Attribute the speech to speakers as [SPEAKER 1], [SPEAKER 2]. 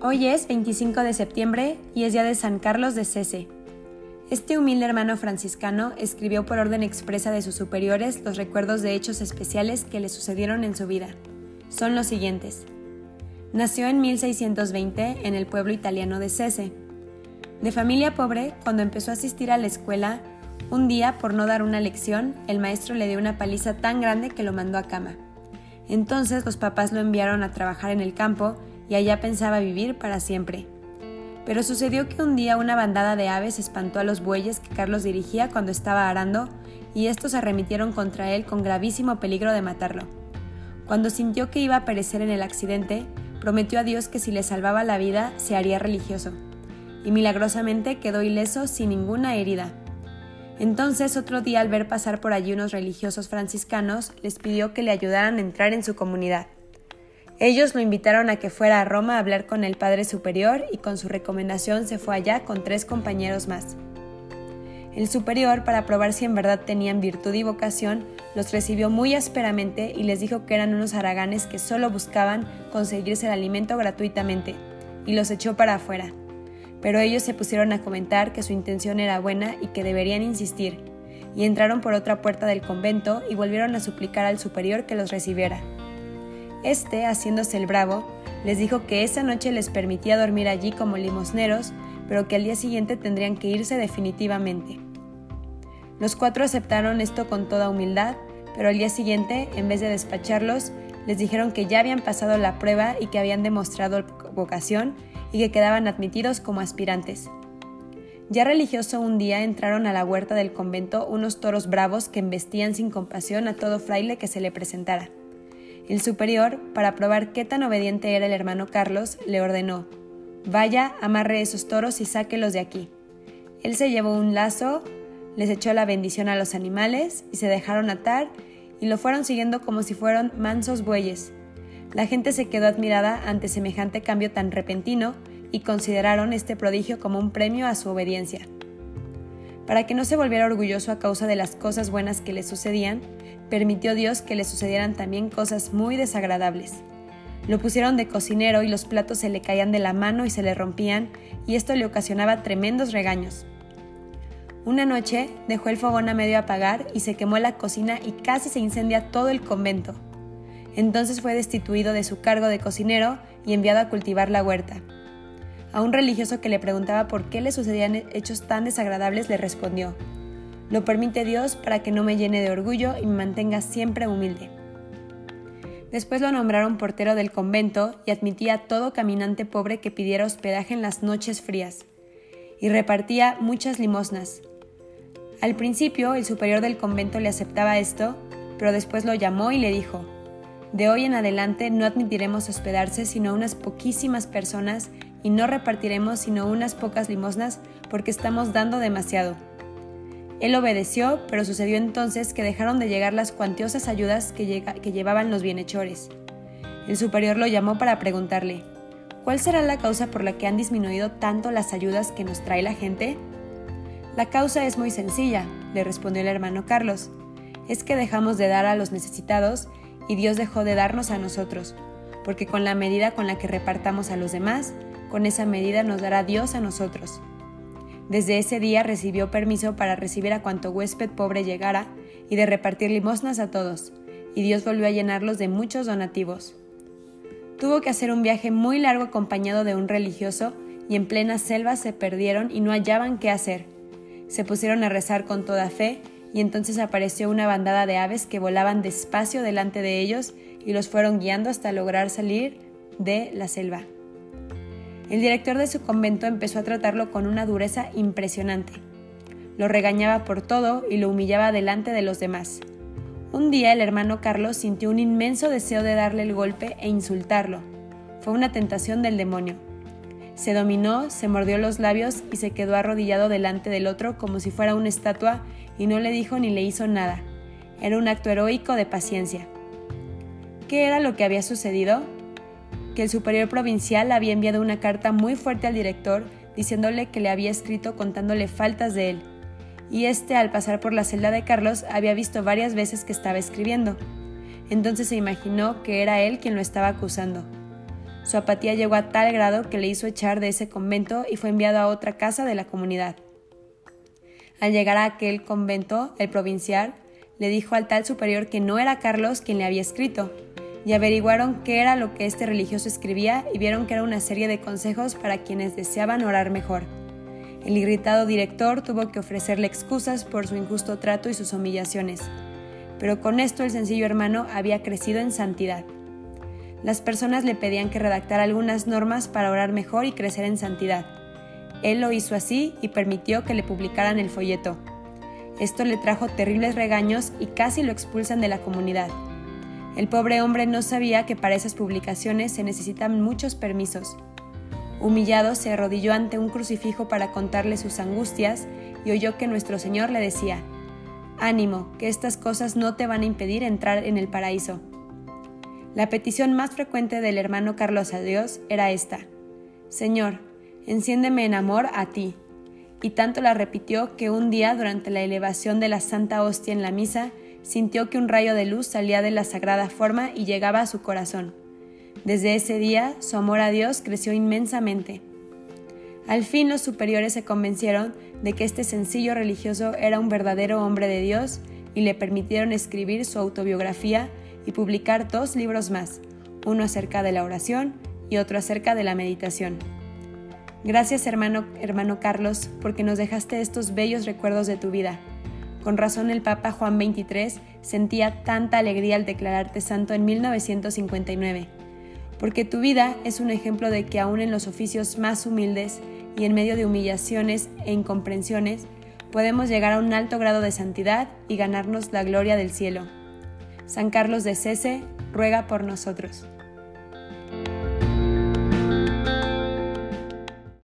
[SPEAKER 1] Hoy es 25 de septiembre y es día de San Carlos de Cese. Este humilde hermano franciscano escribió por orden expresa de sus superiores los recuerdos de hechos especiales que le sucedieron en su vida. Son los siguientes. Nació en 1620 en el pueblo italiano de Cese. De familia pobre, cuando empezó a asistir a la escuela, un día, por no dar una lección, el maestro le dio una paliza tan grande que lo mandó a cama. Entonces los papás lo enviaron a trabajar en el campo y allá pensaba vivir para siempre. Pero sucedió que un día una bandada de aves espantó a los bueyes que Carlos dirigía cuando estaba arando y estos arremetieron contra él con gravísimo peligro de matarlo. Cuando sintió que iba a perecer en el accidente, prometió a Dios que si le salvaba la vida se haría religioso, y milagrosamente quedó ileso sin ninguna herida. Entonces otro día, al ver pasar por allí unos religiosos franciscanos, les pidió que le ayudaran a entrar en su comunidad. Ellos lo invitaron a que fuera a Roma a hablar con el Padre Superior y con su recomendación se fue allá con 3 compañeros más. El superior, para probar si en verdad tenían virtud y vocación, los recibió muy ásperamente y les dijo que eran unos haraganes que solo buscaban conseguirse el alimento gratuitamente, y los echó para afuera. Pero ellos se pusieron a comentar que su intención era buena y que deberían insistir, y entraron por otra puerta del convento y volvieron a suplicar al superior que los recibiera. Este, haciéndose el bravo, les dijo que esa noche les permitía dormir allí como limosneros, pero que al día siguiente tendrían que irse definitivamente. Los 4 aceptaron esto con toda humildad, pero al día siguiente, en vez de despacharlos, les dijeron que ya habían pasado la prueba y que habían demostrado vocación y que quedaban admitidos como aspirantes. Ya religioso, un día entraron a la huerta del convento unos toros bravos que embestían sin compasión a todo fraile que se le presentara. El superior, para probar qué tan obediente era el hermano Carlos, le ordenó: «Vaya, amarre esos toros y sáquelos de aquí». Él se llevó un lazo, les echó la bendición a los animales y se dejaron atar y lo fueron siguiendo como si fueran mansos bueyes. La gente se quedó admirada ante semejante cambio tan repentino y consideraron este prodigio como un premio a su obediencia. Para que no se volviera orgulloso a causa de las cosas buenas que le sucedían, permitió Dios que le sucedieran también cosas muy desagradables. Lo pusieron de cocinero y los platos se le caían de la mano y se le rompían, y esto le ocasionaba tremendos regaños. Una noche dejó el fogón a medio apagar y se quemó la cocina y casi se incendia todo el convento. Entonces fue destituido de su cargo de cocinero y enviado a cultivar la huerta. A un religioso que le preguntaba por qué le sucedían hechos tan desagradables, le respondió: «Lo permite Dios para que no me llene de orgullo y me mantenga siempre humilde». Después lo nombraron portero del convento y admitía a todo caminante pobre que pidiera hospedaje en las noches frías, y repartía muchas limosnas. Al principio el superior del convento le aceptaba esto, pero después lo llamó y le dijo: «De hoy en adelante no admitiremos hospedarse sino unas poquísimas personas y no repartiremos sino unas pocas limosnas porque estamos dando demasiado». Él obedeció, pero sucedió entonces que dejaron de llegar las cuantiosas ayudas que llevaban los bienhechores. El superior lo llamó para preguntarle: «¿Cuál será la causa por la que han disminuido tanto las ayudas que nos trae la gente?». «La causa es muy sencilla», le respondió el hermano Carlos. «Es que dejamos de dar a los necesitados y Dios dejó de darnos a nosotros, porque con la medida con la que repartamos a los demás, con esa medida nos dará Dios a nosotros». Desde ese día recibió permiso para recibir a cuanto huésped pobre llegara y de repartir limosnas a todos, y Dios volvió a llenarlos de muchos donativos. Tuvo que hacer un viaje muy largo acompañado de un religioso y en plena selva se perdieron y no hallaban qué hacer. Se pusieron a rezar con toda fe y entonces apareció una bandada de aves que volaban despacio delante de ellos y los fueron guiando hasta lograr salir de la selva. El director de su convento empezó a tratarlo con una dureza impresionante. Lo regañaba por todo y lo humillaba delante de los demás. Un día el hermano Carlos sintió un inmenso deseo de darle el golpe e insultarlo. Fue una tentación del demonio. Se dominó, se mordió los labios y se quedó arrodillado delante del otro como si fuera una estatua y no le dijo ni le hizo nada. Era un acto heroico de paciencia. ¿Qué era lo que había sucedido? Que el superior provincial había enviado una carta muy fuerte al director diciéndole que le había escrito contándole faltas de él, y al pasar por la celda de Carlos había visto varias veces que estaba escribiendo. Entonces se imaginó que era él quien lo estaba acusando. Su apatía llegó a tal grado que le hizo echar de ese convento y fue enviado a otra casa de la comunidad. Al llegar a aquel convento, el provincial le dijo al tal superior que no era Carlos quien le había escrito, y averiguaron qué era lo que este religioso escribía y vieron que era una serie de consejos para quienes deseaban orar mejor. El irritado director tuvo que ofrecerle excusas por su injusto trato y sus humillaciones, pero con esto el sencillo hermano había crecido en santidad. Las personas le pedían que redactara algunas normas para orar mejor y crecer en santidad. Él lo hizo así y permitió que le publicaran el folleto. Esto le trajo terribles regaños y casi lo expulsan de la comunidad. El pobre hombre no sabía que para esas publicaciones se necesitan muchos permisos. Humillado, se arrodilló ante un crucifijo para contarle sus angustias y oyó que nuestro Señor le decía: «Ánimo, que estas cosas no te van a impedir entrar en el paraíso». La petición más frecuente del hermano Carlos a Dios era esta: «Señor, enciéndeme en amor a ti». Y tanto la repitió que un día, durante la elevación de la Santa Hostia en la misa, sintió que un rayo de luz salía de la sagrada forma y llegaba a su corazón. Desde ese día, su amor a Dios creció inmensamente. Al fin los superiores se convencieron de que este sencillo religioso era un verdadero hombre de Dios y le permitieron escribir su autobiografía y publicar 2 libros más, uno acerca de la oración y otro acerca de la meditación. Gracias, hermano Carlos, porque nos dejaste estos bellos recuerdos de tu vida. Con razón el Papa Juan XXIII sentía tanta alegría al declararte santo en 1959, porque tu vida es un ejemplo de que aún en los oficios más humildes y en medio de humillaciones e incomprensiones, podemos llegar a un alto grado de santidad y ganarnos la gloria del cielo. San Carlos de Cese, ruega por nosotros.